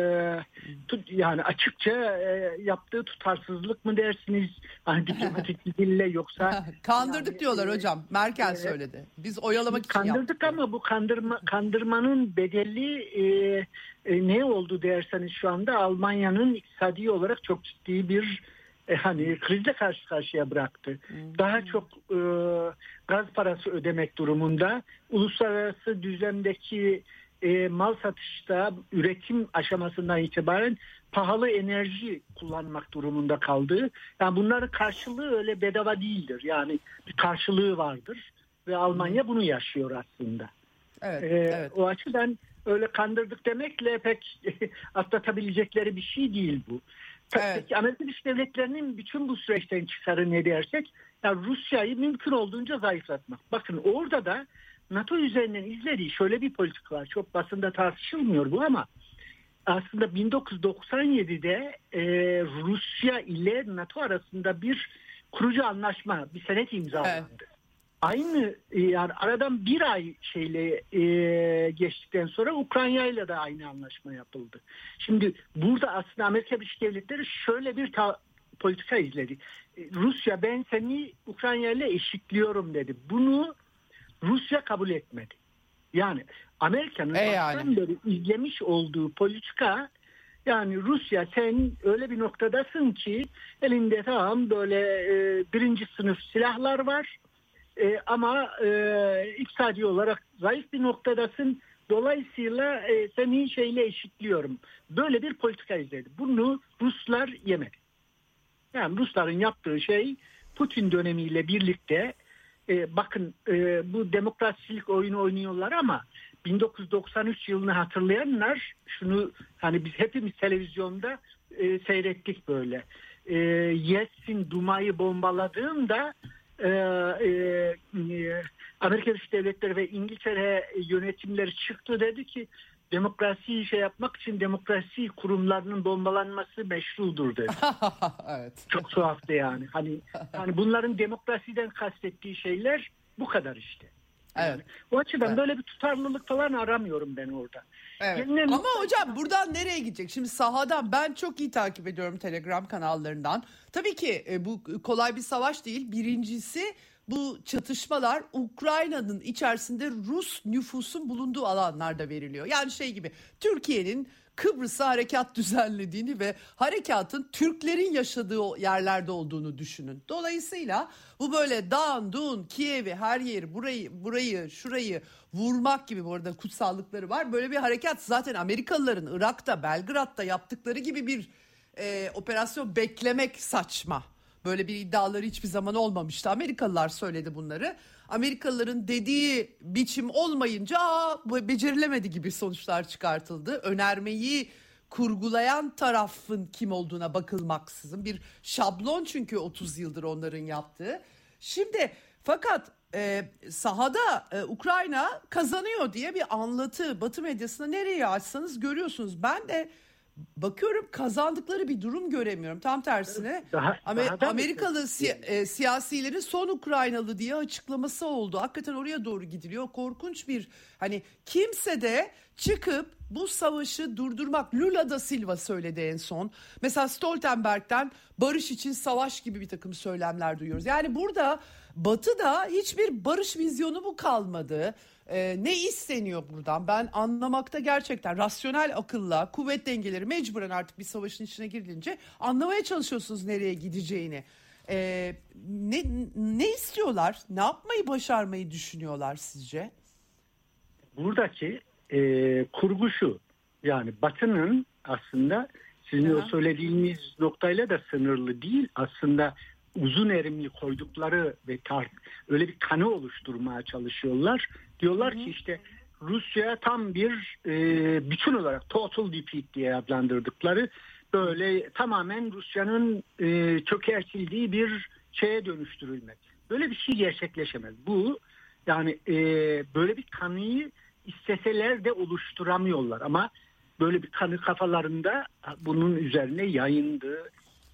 yani açıkça yaptığı tutarsızlık mı dersiniz? Hani diplomatik bir dille yoksa kandırdık yani, diyorlar hocam. Merkel söyledi. Biz oyalamak için kandırdık yaptık. ama bu kandırmanın bedeli ne oldu derseniz şu anda Almanya'nın iktisadi olarak çok ciddi bir hani krizle karşı karşıya bıraktı. Daha çok gaz parası ödemek durumunda, uluslararası düzlemdeki mal satışta üretim aşamasından itibaren pahalı enerji kullanmak durumunda kaldı. Yani bunların karşılığı öyle bedava değildir. Yani bir karşılığı vardır ve Almanya bunu yaşıyor aslında. Evet, evet. O açıdan öyle kandırdık demekle pek atlatabilecekleri bir şey değil bu. Evet. Peki Amerika Birleşik Devletleri'nin bütün bu süreçten çıkarı ne dersek, yani Rusya'yı mümkün olduğunca zayıflatmak. Bakın orada da NATO üzerinden izlediği şöyle bir politik var. Çok basında tartışılmıyor bu ama aslında 1997'de Rusya ile NATO arasında bir kurucu anlaşma, bir senet imzalandı. Evet. Aynı yani aradan bir ay geçtikten sonra Ukrayna ile de aynı anlaşma yapıldı. Şimdi burada aslında Amerika Birleşik Devletleri şöyle bir politika izledi. Rusya ben seni Ukrayna ile eşitliyorum dedi. Bunu Rusya kabul etmedi. Yani Amerika'nın baştan beri izlemiş olduğu politika, yani Rusya sen öyle bir noktadasın ki elinde tamam böyle birinci sınıf silahlar var. Ama iktisadi olarak zayıf bir noktadasın. Dolayısıyla seni şeyle eşitliyorum. Böyle bir politika izledi. Bunu Ruslar yemedi. Yani Rusların yaptığı şey Putin dönemiyle birlikte bakın bu demokrasilik oyunu oynuyorlar ama 1993 yılını hatırlayanlar şunu hani biz hepimiz televizyonda seyrettik böyle. Yeltsin Duma'yı bombaladığında Amerika Birleşik Devletleri ve İngiltere yönetimleri çıktı, dedi ki demokrasiyi yapmak için demokrasi kurumlarının bombalanması meşrudur dedi. Evet. Çok tuhaftı yani. Hani bunların demokrasiden kastettiği şeyler bu kadar işte. Yani Evet. O açıdan böyle bir tutarlılık falan aramıyorum ben orada. Evet. Ama hocam buradan nereye gidecek? Şimdi sahadan ben çok iyi takip ediyorum Telegram kanallarından. Tabii ki bu kolay bir savaş değil. Birincisi bu çatışmalar Ukrayna'nın içerisinde Rus nüfusun bulunduğu alanlarda veriliyor. Yani şey gibi Türkiye'nin Kıbrıs'a harekat düzenlediğini ve harekatın Türklerin yaşadığı yerlerde olduğunu düşünün. Dolayısıyla bu böyle dağın, Doğu'nun, Kiev'i, her yeri, burayı, şurayı vurmak gibi, bu arada kutsallıkları var. Böyle bir harekat zaten Amerikalıların Irak'ta, Belgrad'da yaptıkları gibi bir operasyon beklemek saçma. Böyle bir iddiaları hiçbir zaman olmamıştı. Amerikalılar söyledi bunları. Amerikalıların dediği biçim olmayınca becerilemedi gibi sonuçlar çıkartıldı. Önermeyi kurgulayan tarafın kim olduğuna bakılmaksızın bir şablon, çünkü 30 yıldır onların yaptığı. Şimdi fakat sahada Ukrayna kazanıyor diye bir anlatı Batı medyasında nereye açsanız görüyorsunuz. Ben de bakıyorum kazandıkları bir durum göremiyorum. Tam tersine Amerikalı siyasilerin son Ukraynalı diye açıklaması oldu. Hakikaten oraya doğru gidiliyor. Korkunç bir, hani kimse de çıkıp bu savaşı durdurmak, Lula da Silva söyledi en son. Mesela Stoltenberg'den barış için savaş gibi bir takım söylemler duyuyoruz. Yani burada Batı'da hiçbir barış vizyonu mu kalmadı? Ne isteniyor buradan? Ben anlamakta gerçekten rasyonel akılla, kuvvet dengeleri mecburen artık bir savaşın içine girilince anlamaya çalışıyorsunuz nereye gideceğini. Ne istiyorlar? Ne yapmayı başarmayı düşünüyorlar sizce? Buradaki kurgu şu. Yani Batı'nın aslında sizin o söylediğiniz noktayla da sınırlı değil. Aslında uzun erimli koydukları ve öyle bir kanı oluşturmaya çalışıyorlar. Diyorlar ki işte Rusya tam bir bütün olarak total defeat diye adlandırdıkları, böyle tamamen Rusya'nın çökertildiği bir şeye dönüştürülmek. Böyle bir şey gerçekleşemez. Bu Yani böyle bir kanıyı isteseler de oluşturamıyorlar ama böyle bir kanı kafalarında bunun üzerine yayındı.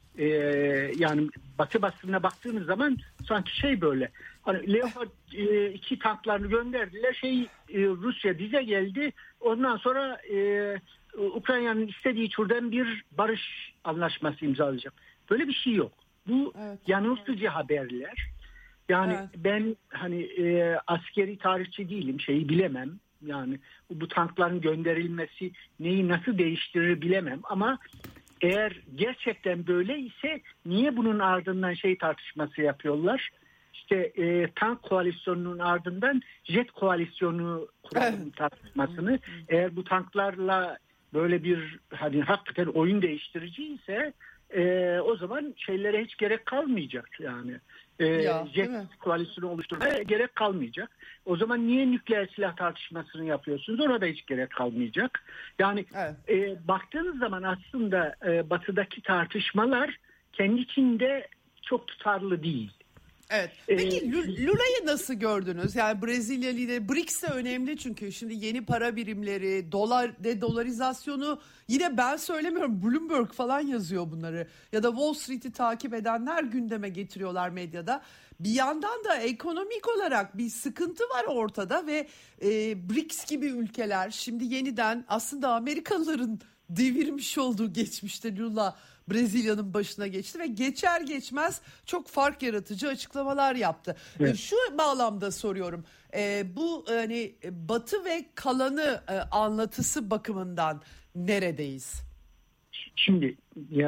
Yani Batı basınına baktığınız zaman sanki şey böyle hani Leopard 2 tanklarını gönderdiler, Rusya dize geldi, ondan sonra Ukrayna'nın istediği türden bir barış anlaşması imzalayacak. Böyle bir şey yok. Bu yanıltıcı haberler. Yani ben hani askeri tarihçi değilim, şeyi bilemem. Yani bu tankların gönderilmesi neyi nasıl değiştirir bilemem ama eğer gerçekten böyle ise niye bunun ardından tartışması yapıyorlar? İşte tank koalisyonunun ardından jet koalisyonu kuralım tartışmasını. Eğer bu tanklarla böyle bir hani hakikaten oyun değiştirici ise o zaman şeylere hiç gerek kalmayacak yani. Jet koalisyonu oluşturmaya gerek kalmayacak. O zaman niye nükleer silah tartışmasını yapıyorsunuz? Ona da hiç gerek kalmayacak. Yani baktığınız zaman aslında Batı'daki tartışmalar kendi içinde çok tutarlı değil. Evet. Peki Lula'yı nasıl gördünüz? Yani Brezilya lideri, BRICS de önemli çünkü şimdi yeni para birimleri, dolarizasyonu yine ben söylemiyorum, Bloomberg falan yazıyor bunları. Ya da Wall Street'i takip edenler gündeme getiriyorlar medyada. Bir yandan da ekonomik olarak bir sıkıntı var ortada ve BRICS gibi ülkeler şimdi yeniden aslında Amerikalıların devirmiş olduğu geçmişte Lula Brezilya'nın başına geçti ve geçer geçmez çok fark yaratıcı açıklamalar yaptı. Evet. Şu bağlamda soruyorum. Bu hani Batı ve kalanı anlatısı bakımından neredeyiz? Şimdi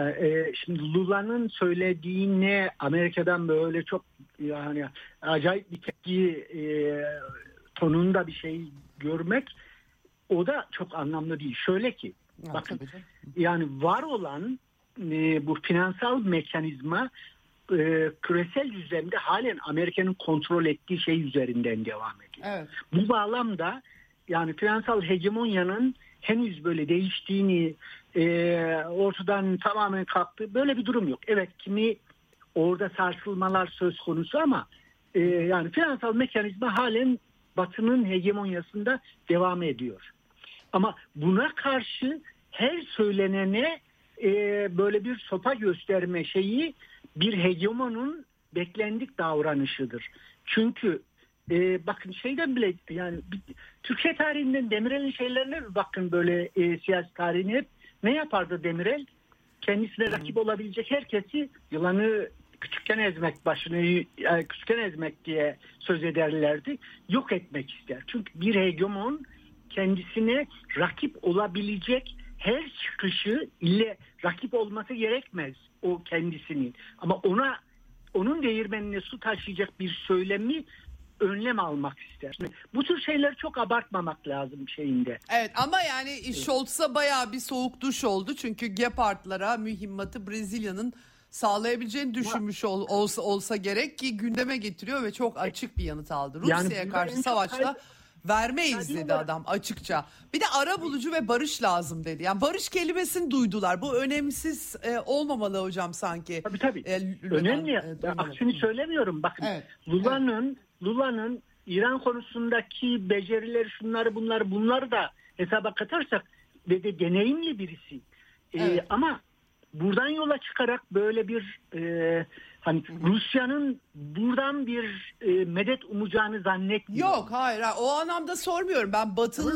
Lula'nın söylediğine Amerika'dan böyle çok yani acayip bir tepki tonunda bir şey görmek, o da çok anlamlı değil. Şöyle ki bakın yani var olan bu finansal mekanizma küresel düzlemde halen Amerika'nın kontrol ettiği şey üzerinden devam ediyor. Evet. Bu bağlamda yani finansal hegemonyanın henüz böyle değiştiğini, ortadan tamamen kalktığı böyle bir durum yok. Evet, kimi orada sarsılmalar söz konusu ama yani finansal mekanizma halen Batı'nın hegemonyasında devam ediyor. Ama buna karşı her söylenene böyle bir sopa gösterme şeyi bir hegemonun beklendik davranışıdır. Çünkü bakın şeyden bile yani Türkiye tarihinden Demirel'in şeylerine bakın, böyle siyasi tarihine hep ne yapardı Demirel? Kendisine rakip olabilecek herkesi yılanı küçükken ezmek, başını küçükken ezmek diye söz ederlerdi. Yok etmek ister. Çünkü bir hegemon kendisine rakip olabilecek her çıkışı ile rakip olması gerekmez o kendisinin. Ama onun değirmenine su taşıyacak bir söylemi önlem almak ister. Şimdi bu tür şeyleri çok abartmamak lazım şeyinde. Evet ama yani Scholz'a bayağı bir soğuk duş oldu. Çünkü Gepard'lara mühimmatı Brezilya'nın sağlayabileceğini düşünmüş olsa gerek ki gündeme getiriyor ve çok açık bir yanıt aldı. Rusya'ya karşı savaşta vermeyiz dedi adam açıkça. Bir de arabulucu ve barış lazım dedi. Yani barış kelimesini duydular. Bu önemsiz olmamalı hocam sanki. Tabii. Önemli. Aksini söylemiyorum. Bakın Lula'nın İran konusundaki becerileri, şunları bunları da hesaba katarsak ve de deneyimli birisi. Evet. Ama buradan yola çıkarak böyle bir hani Rusya'nın buradan bir medet umacağını zannetmiyorum. Yok, hayır, o anlamda sormuyorum. Ben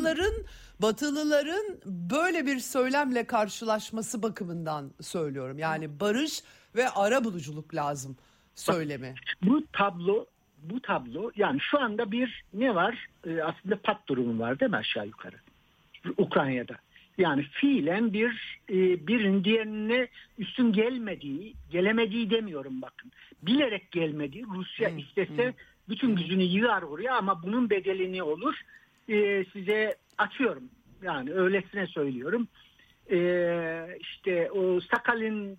Batılıların böyle bir söylemle karşılaşması bakımından söylüyorum. Yani barış ve arabuluculuk lazım söylemi. Bak, bu tablo yani şu anda bir ne var? Aslında pat durumu var değil mi aşağı yukarı? Ukrayna'da. Yani fiilen birinin diğerine üstün gelemediği demiyorum bakın. Bilerek gelmedi. Rusya istese bütün gücünü yığar oraya ama bunun bedeli ne olur? Size açıyorum. Yani öylesine söylüyorum. İşte o Sakhalin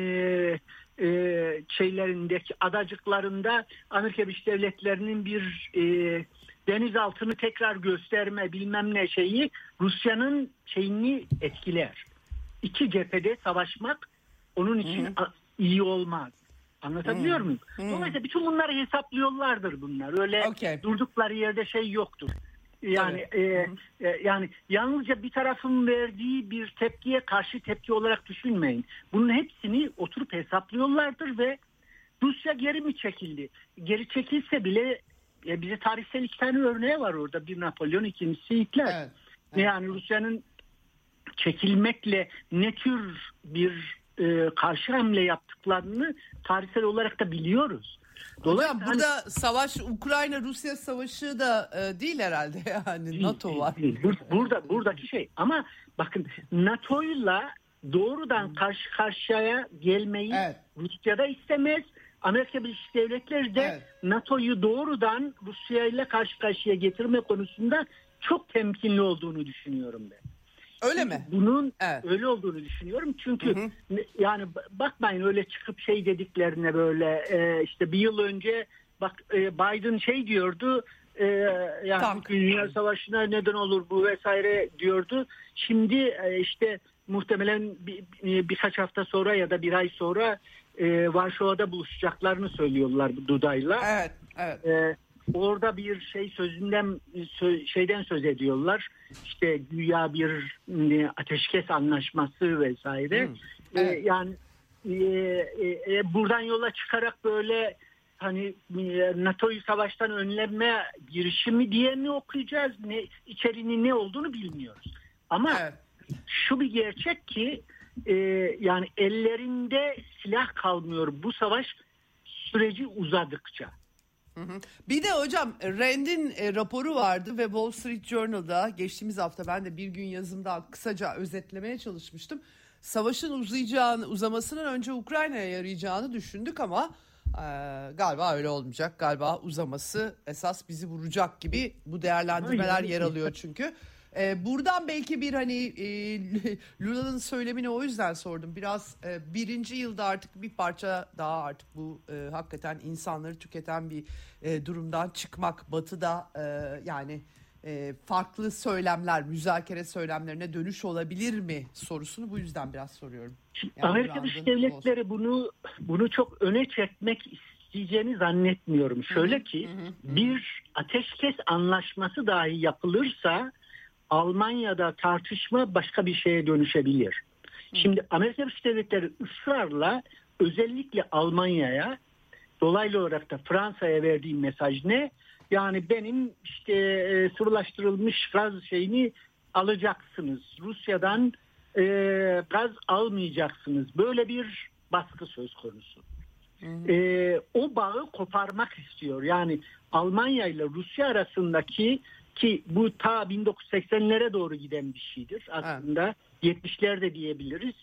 şeylerindeki adacıklarında Amerika Birleşik Devletleri'nin bir denizaltını tekrar gösterme bilmem ne şeyi Rusya'nın şeyini etkiler. İki cephede savaşmak onun için iyi olmaz. Anlatabiliyor muyum? Dolayısıyla bütün bunları hesaplıyorlardır bunlar. Öyle durdukları yerde şey yoktur. Yani yani yalnızca bir tarafın verdiği bir tepkiye karşı tepki olarak düşünmeyin. Bunun hepsini oturup hesaplıyorlardır ve Rusya geri mi çekildi? Geri çekilse bile bize tarihsel 2 tane örneği var orada. Bir Napolyon, ikincisi Hitler. Evet. Yani Rusya'nın çekilmekle ne tür bir karşı hamle yaptıklarını tarihsel olarak da biliyoruz. Hocam burada savaş Ukrayna-Rusya savaşı da değil herhalde yani NATO var. Buradaki şey ama bakın NATO'yla doğrudan karşı karşıya gelmeyi Rusya da istemez. Amerika Birleşik Devletleri de NATO'yu doğrudan Rusya ile karşı karşıya getirme konusunda çok temkinli olduğunu düşünüyorum ben. Öyle mi? Bunun öyle olduğunu düşünüyorum. Çünkü yani bakmayın öyle çıkıp şey dediklerine böyle işte bir yıl önce Biden şey diyordu yani Dünya Savaşı'na neden olur bu vesaire diyordu. Şimdi işte muhtemelen birkaç hafta sonra ya da bir ay sonra Varşova'da buluşacaklarını söylüyorlar Duda'yla. Evet. Orada bir şeyden söz ediyorlar. İşte güya bir ateşkes anlaşması vesaire. Yani buradan yola çıkarak böyle hani NATO'yu savaştan önleme girişimi diye mi okuyacağız? İçeriğinin ne olduğunu bilmiyoruz. Ama şu bir gerçek ki yani ellerinde silah kalmıyor bu savaş süreci uzadıkça. Bir de hocam Rand'in raporu vardı ve Wall Street Journal'da geçtiğimiz hafta ben de bir gün yazımda kısaca özetlemeye çalışmıştım. Savaşın uzamasının önce Ukrayna'ya yarayacağını düşündük ama galiba öyle olmayacak. Galiba uzaması esas bizi vuracak gibi bu değerlendirmeler yer alıyor çünkü. Buradan belki bir hani Lula'nın söylemini o yüzden sordum. Biraz birinci yılda artık bir parça daha artık bu hakikaten insanları tüketen bir durumdan çıkmak. Batı'da yani farklı söylemler, müzakere söylemlerine dönüş olabilir mi sorusunu bu yüzden biraz soruyorum. Yani Amerika Birleşik Devletleri bunu çok öne çekmek isteyeceğini zannetmiyorum. Şöyle ki bir ateşkes anlaşması dahi yapılırsa Almanya'da tartışma başka bir şeye dönüşebilir. Şimdi Amerika Birleşik Devletleri ısrarla özellikle Almanya'ya dolaylı olarak da Fransa'ya verdiği mesaj ne? Yani benim işte sıvılaştırılmış gaz şeyini alacaksınız. Rusya'dan gaz almayacaksınız. Böyle bir baskı söz konusu. O bağı koparmak istiyor. Yani Almanya ile Rusya arasındaki ki bu ta 1980'lere doğru giden bir şeydir aslında. 70'lerde diyebiliriz.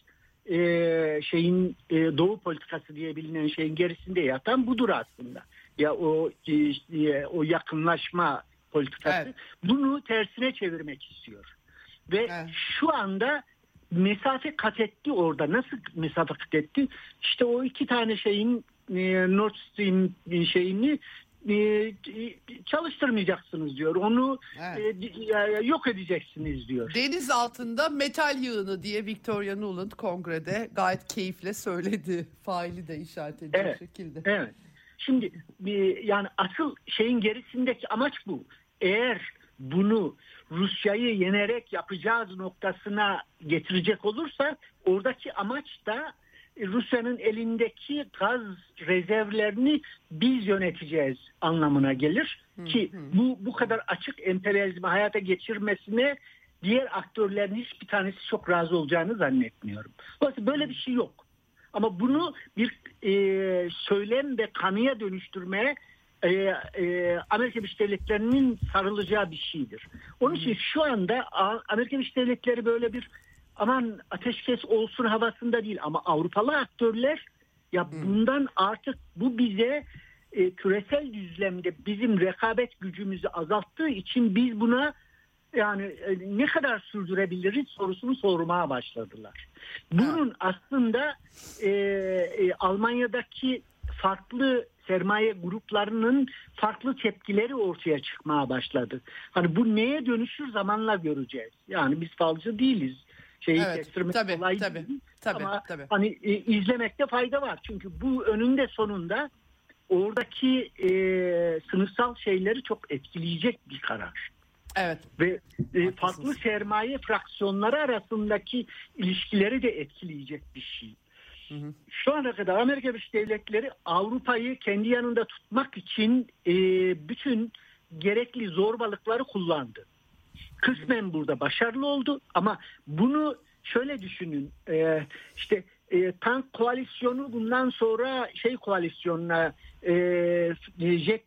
Doğu politikası diye bilinen şeyin gerisinde yatan budur aslında. Ya o yakınlaşma politikası. Bunu tersine çevirmek istiyor. Ve şu anda mesafe kat etti orada. Nasıl mesafe kat etti? İşte o 2 tane şeyin Nord Stream şeyini çalıştırmayacaksınız diyor. Onu yok edeceksiniz diyor. Deniz altında metal yığını diye Victoria Nuland kongrede gayet keyifle söyledi. Faili de işaret edecek şekilde. Evet. Şimdi yani asıl şeyin gerisindeki amaç bu. Eğer bunu Rusya'yı yenerek yapacağız noktasına getirecek olursa oradaki amaç da Rusya'nın elindeki gaz rezervlerini biz yöneteceğiz anlamına gelir. Ki bu kadar açık emperyalizmi hayata geçirmesine diğer aktörlerin hiçbir tanesi çok razı olacağını zannetmiyorum. Dolayısıyla böyle bir şey yok. Ama bunu bir söylem ve kanıya dönüştürmeye Amerika Birleşik Devletleri'nin sarılacağı bir şeydir. Onun için şu anda Amerika Birleşik Devletleri böyle bir aman ateşkes olsun havasında değil ama Avrupalı aktörler ya bundan artık bu bize küresel düzlemde bizim rekabet gücümüzü azalttığı için biz buna yani ne kadar sürdürebiliriz sorusunu sormaya başladılar. Bunun aslında Almanya'daki farklı sermaye gruplarının farklı tepkileri ortaya çıkmaya başladı. Hani bu neye dönüşür zamanla göreceğiz. Yani biz falcı değiliz. şeyi kestirmek kolay değil. Ama hani izlemekte fayda var. Çünkü bu önünde sonunda oradaki sınıfsal şeyleri çok etkileyecek bir karar. Evet. Ve farklı sermaye fraksiyonları arasındaki ilişkileri de etkileyecek bir şey. Şu ana kadar Amerika Birleşik Devletleri Avrupa'yı kendi yanında tutmak için bütün gerekli zorbalıkları kullandı. Kısmen burada başarılı oldu ama bunu şöyle düşünün, tank koalisyonu bundan sonra koalisyonuna jet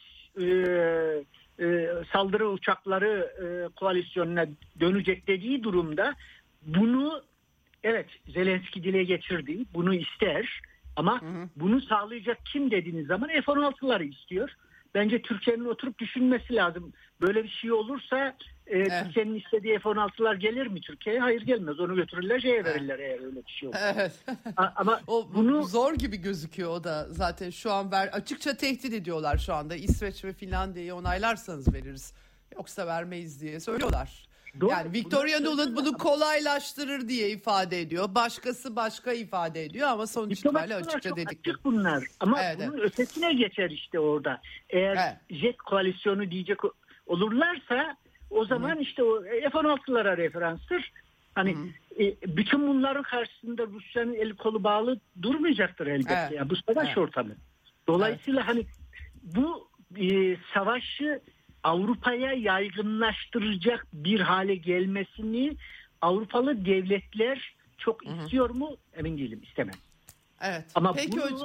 saldırı uçakları koalisyonuna dönecek dediği durumda bunu Zelenski dile getirdi, bunu ister ama bunu sağlayacak kim dediğiniz zaman F-16'ları istiyor. Bence Türkiye'nin oturup düşünmesi lazım. Böyle bir şey olursa Türkiye'nin istediği F-16'lar gelir mi Türkiye'ye? Hayır, gelmez. Onu götürürler, verirler eğer öyle bir şey olur. Evet. Ama bunu zor gibi gözüküyor o da. Zaten şu an açıkça tehdit ediyorlar şu anda. İsveç ve Finlandiya'yı onaylarsanız veririz. Yoksa vermeyiz diye söylüyorlar. Doğru. Yani Victoria Nuland bunu kolaylaştırır diye ifade ediyor. Başkası başka ifade ediyor ama sonuç itibariyle açıkça dedik. Açık bunlar. Ama bunun ötesine geçer işte orada. Eğer jet koalisyonu diyecek olurlarsa o zaman o F-16'lara referanstır. Hani bütün bunların karşısında Rusya'nın eli kolu bağlı durmayacaktır elbette. Ya, bu savaş ortamı. Dolayısıyla hani bu savaşı Avrupa'ya yaygınlaştıracak bir hale gelmesini Avrupalı devletler çok istiyor mu? Emin değilim, istemez. Evet. Ama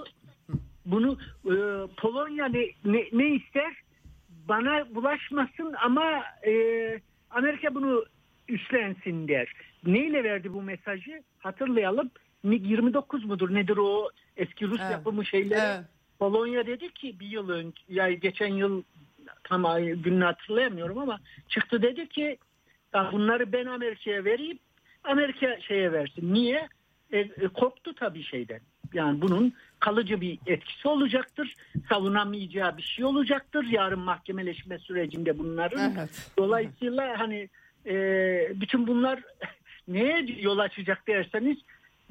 bunu Polonya ne ister? Bana bulaşmasın ama Amerika bunu üstlensin der. Neyle verdi bu mesajı? Hatırlayalım. 29 mudur? Nedir o eski Rus yapımı şeyleri? Polonya dedi ki bir yıl önce, yani geçen yıl tam gününü hatırlayamıyorum ama çıktı dedi ki bunları ben Amerika'ya vereyim, Amerika versin. Niye? Korktu tabii şeyden. Yani bunun kalıcı bir etkisi olacaktır. Savunamayacağı bir şey olacaktır. Yarın mahkemeleşme sürecinde bunların. Evet. Dolayısıyla hani bütün bunlar neye yol açacak derseniz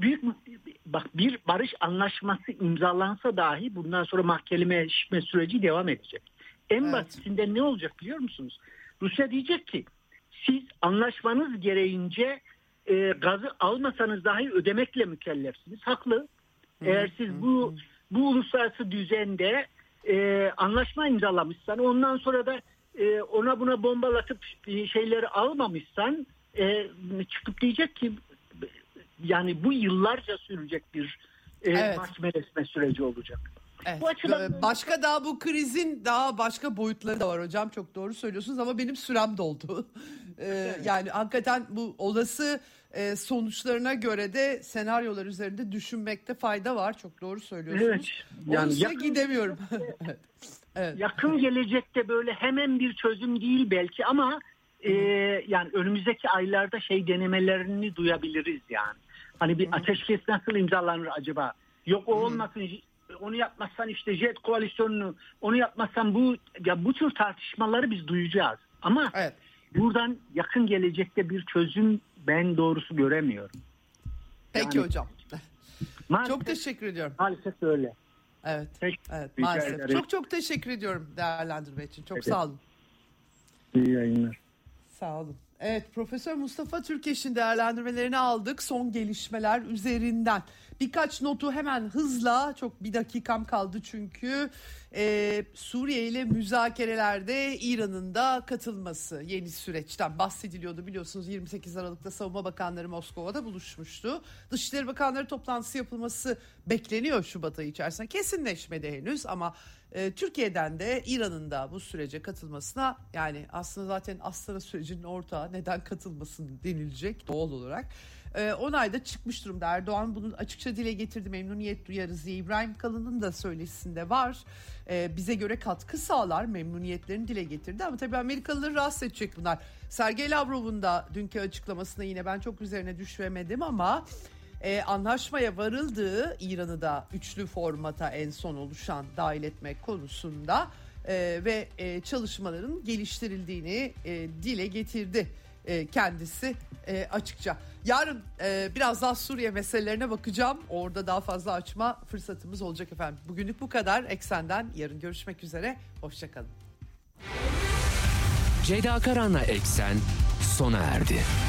bir barış anlaşması imzalansa dahi bundan sonra mahkemeleşme süreci devam edecek. En basitinde ne olacak biliyor musunuz? Rusya diyecek ki siz anlaşmanız gereğince gazı almasanız dahi ödemekle mükellefsiniz. Haklı. Eğer siz bu uluslararası düzende anlaşma imzalamışsan, ondan sonra da ona buna bombalatıp şeyleri almamışsan çıkıp diyecek ki yani bu yıllarca sürecek bir mahkemeleşme süreci olacak. Evet. Bu açıdan bu krizin daha başka boyutları da var hocam, çok doğru söylüyorsunuz ama benim sürem doldu. Yani hakikaten bu olası sonuçlarına göre de senaryolar üzerinde düşünmekte fayda var. Çok doğru söylüyorsunuz. Evet. Yani gidemiyorum. Evet. Yakın gelecekte böyle hemen bir çözüm değil belki ama yani önümüzdeki aylarda denemelerini duyabiliriz yani. Hani bir ateşkes nasıl imzalanır acaba? Yok o olmasın, onu yapmazsan jet koalisyonunu, onu yapmazsan bu tür tartışmaları biz duyacağız. Ama buradan yakın gelecekte bir çözüm ben doğrusu göremiyorum. Peki yani, hocam. Maalesef, çok teşekkür ediyorum. Maalesef öyle. Evet. Maalesef. Çok teşekkür ediyorum değerlendirme için. Çok sağ olun. İyi yayınlar. Sağ olun. Evet, Profesör Mustafa Türkeş'in değerlendirmelerini aldık son gelişmeler üzerinden. Birkaç notu hemen hızla, çok bir dakikam kaldı çünkü Suriye ile müzakerelerde İran'ın da katılması, yeni süreçten bahsediliyordu biliyorsunuz. 28 Aralık'ta Savunma Bakanları Moskova'da buluşmuştu. Dışişleri Bakanları toplantısı yapılması bekleniyor Şubat ayı içerisinde. Kesinleşmedi henüz ama Türkiye'den de İran'ın da bu sürece katılmasına, yani aslında zaten Astana sürecinin ortağı, neden katılmasın denilecek doğal olarak. Onay da çıkmış durumda. Erdoğan bunu açıkça dile getirdi. Memnuniyet duyarız diye. İbrahim Kalın'ın da söyleşisinde var. Bize göre katkı sağlar, memnuniyetlerini dile getirdi. Ama tabii Amerikalıları rahatsız edecek bunlar. Sergey Lavrov'un da dünkü açıklamasına yine ben çok üzerine düşemedim ama anlaşmaya varıldığı, İran'ı da üçlü formata en son oluşan dahil etmek konusunda ve çalışmaların geliştirildiğini dile getirdi kendisi açıkça. Yarın biraz daha Suriye meselelerine bakacağım. Orada daha fazla açma fırsatımız olacak efendim. Bugünlük bu kadar. Eksen'den yarın görüşmek üzere. Hoşçakalın. Ceyda Karan'la Eksen sona erdi.